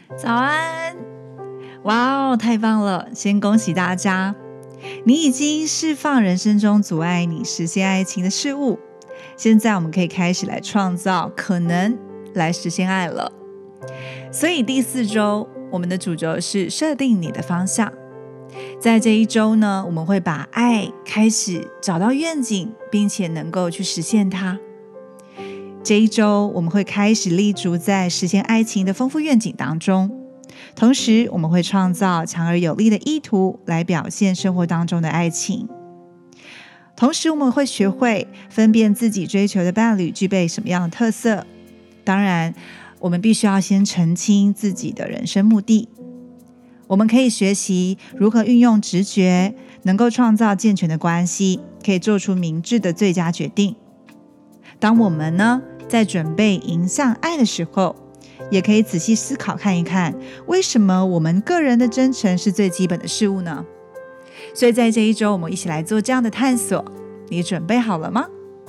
早安！哇哦，太棒了！先恭喜大家，你已经释放人生中阻碍你实现爱情的事物。现在我们可以开始来创造可能来实现爱了。所以第4周我们的主轴是设定你的方向。在这一周呢，我们会把爱开始找到愿景，并且能够去实现它。这一周我们会开始立足在实现爱情的丰富愿景当中，同时我们会创造强而有力的意图来表现生活当中的爱情。同时我们会学会分辨自己追求的伴侣具备什么样的特色。当然我们必须要先澄清自己的人生目的。我们可以学习如何运用直觉，能够创造健全的关系，可以做出明智的最佳决定。当我们呢在准备迎向爱的时候，也可以仔细思考看一看，为什么我们个人的真诚是最基本的事物呢？所以在这一周我们一起来做这样的探索，你准备好了吗？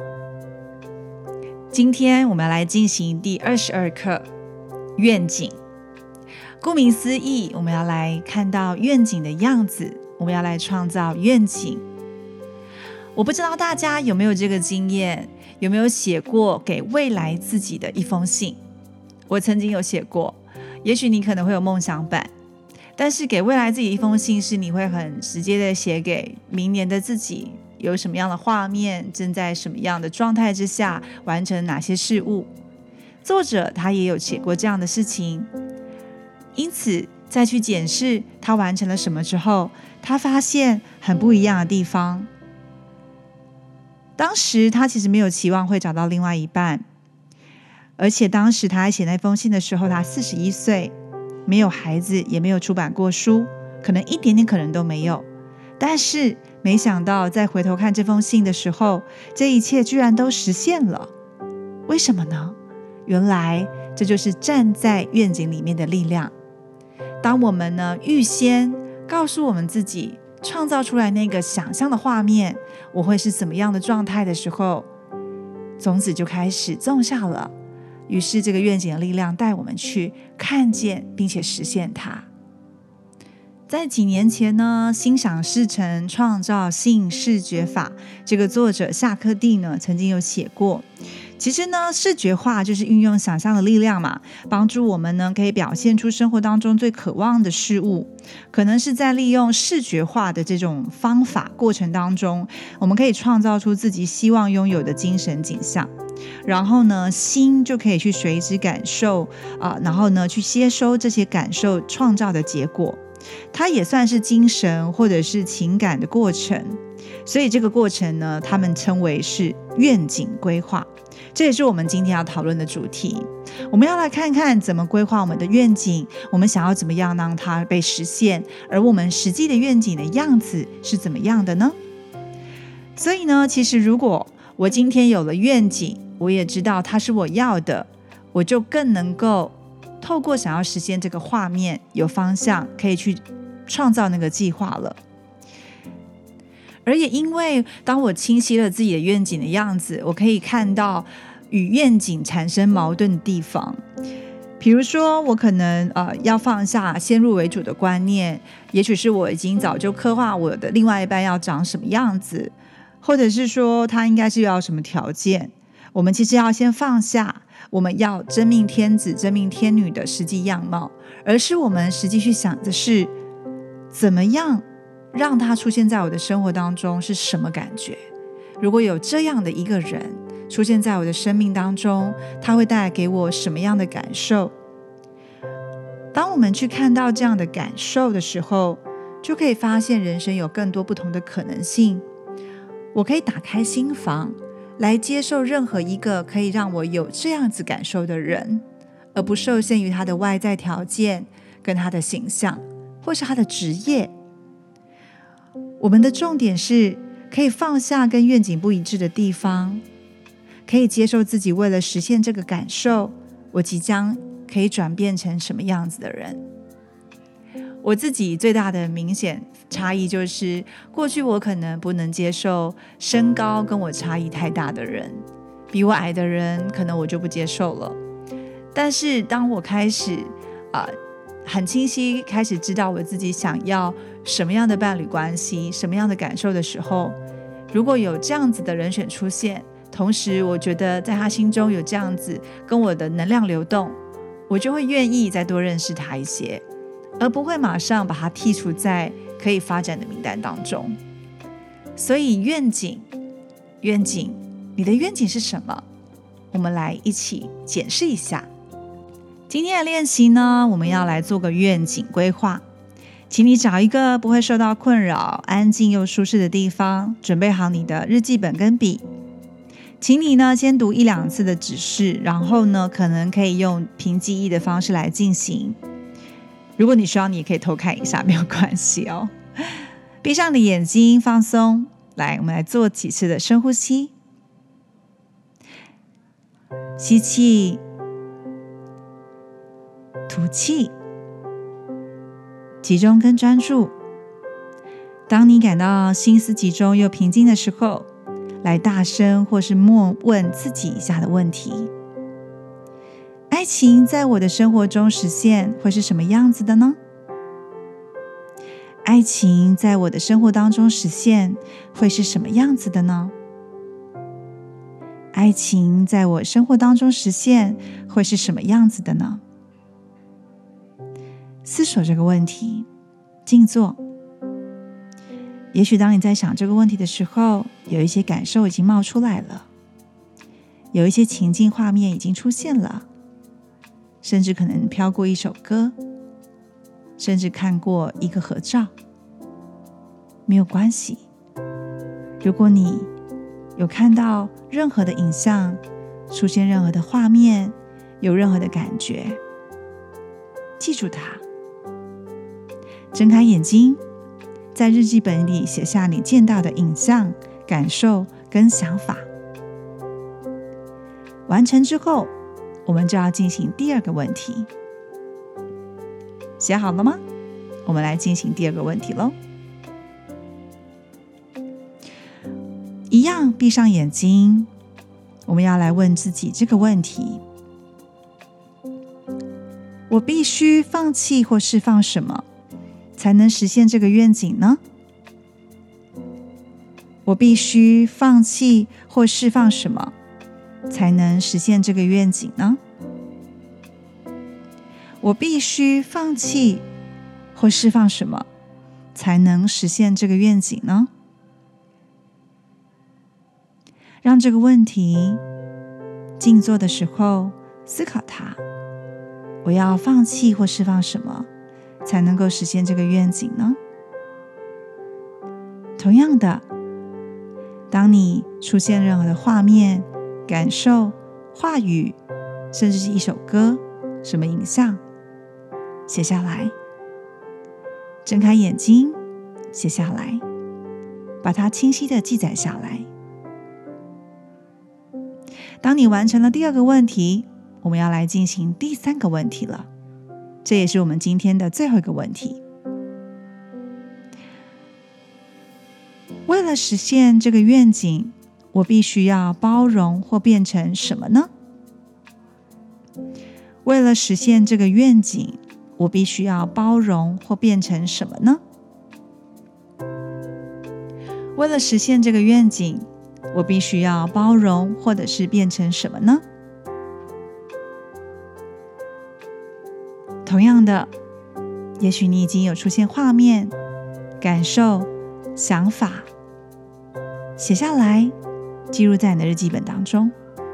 今天我们要来进行第22课愿景。顾名思义，我们要来看到愿景的样子，我们要来创造愿景。我不知道大家有没有这个经验，有没有写过给未来自己的一封信？我曾经有写过，也许你可能会有梦想版，但是给未来自己一封信是你会很直接的写给明年的自己，有什么样的画面，正在什么样的状态之下完成哪些事物。作者他也有写过这样的事情，因此再去检视他完成了什么之后，他发现很不一样的地方。当时他其实没有期望会找到另外一半，而且当时他在写那封信的时候，他41岁，没有孩子，也没有出版过书，可能一点点可能都没有。但是没想到在回头看这封信的时候，这一切居然都实现了。为什么呢？原来这就是站在愿景里面的力量。当我们呢预先告诉我们自己，创造出来那个想象的画面，我会是怎么样的状态的时候，种子就开始种下了。于是这个愿景的力量带我们去看见并且实现它。在几年前呢，心想事成创造性视觉法，这个作者夏克蒂呢曾经有写过，其实呢视觉化就是运用想象的力量嘛，帮助我们呢可以表现出生活当中最渴望的事物。可能是在利用视觉化的这种方法过程当中，我们可以创造出自己希望拥有的精神景象，然后呢心就可以去随之感受然后呢去接收这些感受创造的结果。它也算是精神或者是情感的过程，所以这个过程呢他们称为是愿景规划。这也是我们今天要讨论的主题。我们要来看看怎么规划我们的愿景，我们想要怎么样让它被实现，而我们实际的愿景的样子是怎么样的呢？所以呢，其实如果我今天有了愿景，我也知道它是我要的，我就更能够透过想要实现这个画面，有方向可以去创造那个计划了。而也因为当我清晰了自己的愿景的样子，我可以看到与愿景产生矛盾的地方。比如说我可能要放下先入为主的观念，也许是我已经早就刻画我的另外一半要长什么样子，或者是说他应该是要什么条件。我们其实要先放下我们要真命天子真命天女的实际样貌，而是我们实际去想的是怎么样让他出现在我的生活当中是什么感觉。如果有这样的一个人出现在我的生命当中，他会带来给我什么样的感受？当我们去看到这样的感受的时候，就可以发现人生有更多不同的可能性。我可以打开心房来接受任何一个可以让我有这样子感受的人，而不受限于他的外在条件跟他的形象或是他的职业。我们的重点是可以放下跟愿景不一致的地方，可以接受自己为了实现这个感受，我即将可以转变成什么样子的人。我自己最大的明显差异就是，过去我可能不能接受身高跟我差异太大的人，比我矮的人可能我就不接受了。但是当我开始很清晰开始知道我自己想要什么样的伴侣关系，什么样的感受的时候，如果有这样子的人选出现，同时我觉得在他心中有这样子跟我的能量流动，我就会愿意再多认识他一些，而不会马上把他剔除在可以发展的名单当中。所以愿景，你的愿景是什么？我们来一起检视一下。今天的练习呢，我们要来做个愿景规划。请你找一个不会受到困扰、安静又舒适的地方，准备好你的日记本跟笔。请你呢先读1-2次的指示，然后呢可能可以用凭记忆的方式来进行。如果你需要，你也可以偷看一下，没有关系哦。闭上你的眼睛，放松。来，我们来做几次的深呼吸。吸气，吐气，集中跟专注。当你感到心思集中又平静的时候，来大声或是默问自己以下的问题：爱情在我的生活中实现会是什么样子的呢？爱情在我的生活当中实现会是什么样子的呢？爱情在我生活当中实现会是什么样子的呢？思索这个问题，静坐。也许当你在想这个问题的时候，有一些感受已经冒出来了，有一些情境画面已经出现了，甚至可能飘过一首歌，甚至看过一个合照。没有关系，如果你有看到任何的影像，出现任何的画面，有任何的感觉，记住它。睁开眼睛，在日记本里写下你见到的影像、感受跟想法。完成之后，我们就要进行第二个问题。写好了吗？我们来进行第二个问题咯。一样闭上眼睛，我们要来问自己这个问题：我必须放弃或释放什么，才能实现这个愿景呢？我必须放弃或释放什么，才能实现这个愿景呢？我必须放弃或释放什么，才能实现这个愿景呢？让这个问题静坐的时候思考它。我要放弃或释放什么，才能够实现这个愿景呢？同样的，当你出现任何的画面、感受、话语，甚至是一首歌、什么影像，写下来。睁开眼睛，写下来，把它清晰地记载下来。当你完成了第二个问题，我们要来进行第三个问题了。这也是我们今天的最后一个问题。为了实现这个愿景，我必须要包容或变成什么呢？为了实现这个愿景，我必须要包容或变成什么呢？为了实现这个愿景，我必须要包容或者是变成什么呢？同样的，也许你已经有出现画面、感受、想法，写下来，记录在你的日记本当中。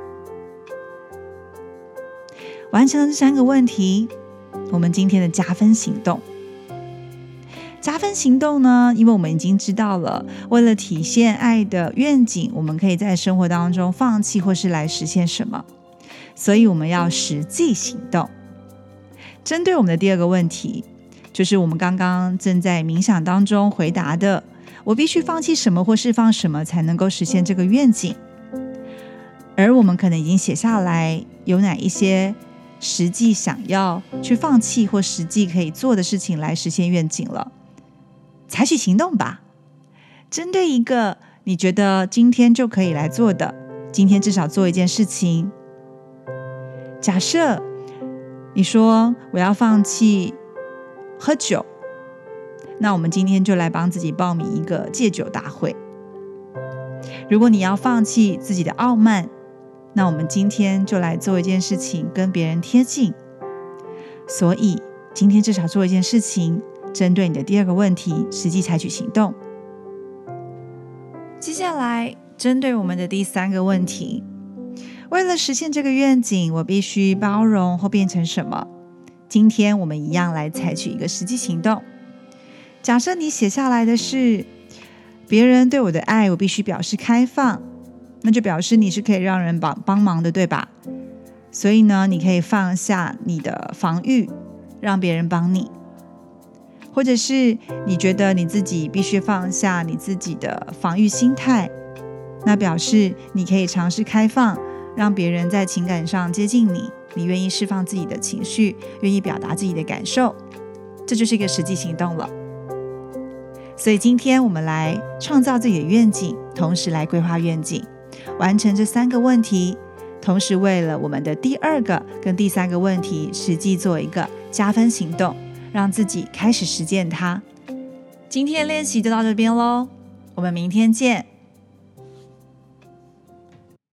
完成了这三个问题，我们今天的加分行动。加分行动呢，因为我们已经知道了，为了体现爱的愿景，我们可以在生活当中放弃或是来实现什么，所以我们要实际行动。针对我们的第二个问题，就是我们刚刚正在冥想当中回答的，我必须放弃什么或释放什么才能够实现这个愿景。而我们可能已经写下来有哪一些实际想要去放弃或实际可以做的事情来实现愿景了。采取行动吧，针对一个你觉得今天就可以来做的，今天至少做一件事情。假设你说我要放弃喝酒，那我们今天就来帮自己报名一个戒酒大会。如果你要放弃自己的傲慢，那我们今天就来做一件事情，跟别人贴近。所以今天至少做一件事情，针对你的第二个问题，实际采取行动。接下来针对我们的第三个问题，为了实现这个愿景，我必须包容或变成什么？今天我们一样来采取一个实际行动。假设你写下来的是，别人对我的爱，我必须表示开放，那就表示你是可以让人帮忙的，对吧？所以呢，你可以放下你的防御，让别人帮你。或者是你觉得你自己必须放下你自己的防御心态，那表示你可以尝试开放，让别人在情感上接近你，你愿意释放自己的情绪，愿意表达自己的感受，这就是一个实际行动了。所以今天我们来创造自己的愿景，同时来规划愿景，完成这三个问题，同时为了我们的第二个跟第三个问题实际做一个加分行动，让自己开始实践它。今天的练习就到这边咯，我们明天见。